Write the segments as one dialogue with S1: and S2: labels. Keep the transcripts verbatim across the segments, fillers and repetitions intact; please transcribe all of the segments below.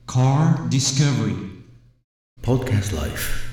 S1: Car Discovery
S2: Podcast Life。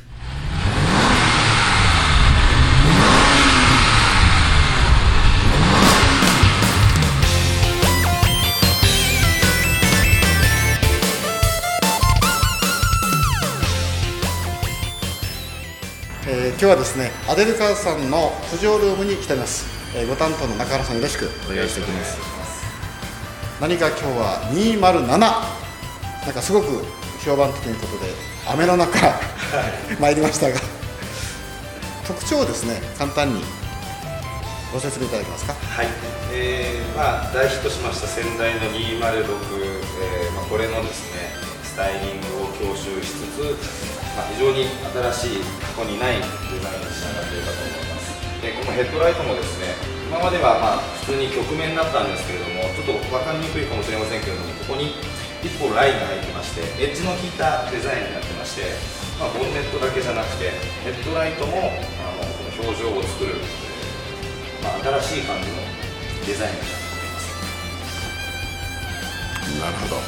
S3: えー、今日はですね、アデルカーさんの浮上ルームに来ています。えー、ご担当の中原さんよろしくお願いしていきます。何か今日はにひゃくなな、なんかすごく評判ということで雨の中参りましたが、特徴をですね簡単にご説明いただけますか。
S4: はい、えーまあ、大ヒットしました先代のにひゃくろく、えーまあ、これのですねスタイリングを踏襲しつつ、まあ、非常に新しい過去にないデザインに仕上がっているかと思います。でこのヘッドライトもですね、今まではまあ普通に曲面だったんですけれども、ちょっと分かりにくいかもしれませんけれども、ここに一本ラインが入ってまして、エッジの効いたデザインになってまして、まあ、ボンネットだけじゃなくてヘッドライトもあのこの表情を作る、まあ、新しい感じのデザインになっています。
S3: なるほど。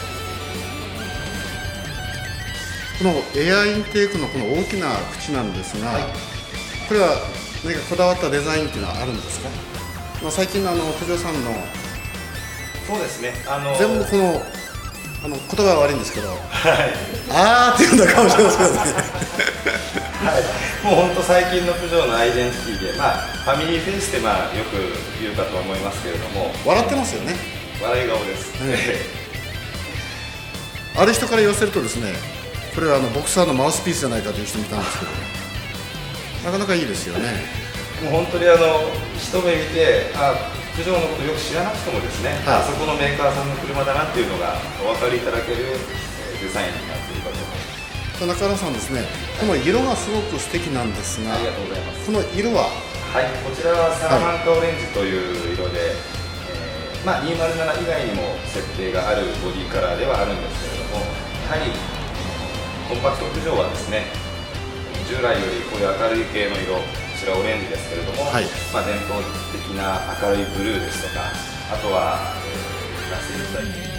S3: このエアインテークのこの大きな口なんですが、はい、これは何かこだわったデザインっていうのはあるんですか。まあ、最近のあの九条さんの
S4: そうですね、あの
S3: 全部このあの言葉は悪いんですけど、はい、あーっていうような顔してますけどね。
S4: はい、もう本当最近の九条のアイデンティティで、まあ、ファミリーフェイスでまあよく言うかと思いますけれども、
S3: 笑ってますよね。
S4: 笑い顔です、
S3: ええ、ある人から言わせるとですね、これはあのボクサーのマウスピースじゃないかという人もいたんですけど、なかなかいいですよね。
S4: もう本当にあの一目見て、あ、九条のことよく知らなくてもですね、はい、あそこのメーカーさんの車だなっていうのがお分かりいただけるデザインになっているかと思います。
S3: 中原さんですね、この色がすごく素敵なんですが、
S4: ありがとうございます。
S3: この色は、
S4: はい、こちらはサラマンカオレンジという色で、はい、えーまあ、にひゃくなな以外にも設定があるボディカラーではあるんですけれども、やはりコンパクト九条はですね、従来よりこういう明るい系の色、こちらオレンジですけれども、はい、まあ、伝統的な明るいブルーですとか、あとは、えー、ラスインタイ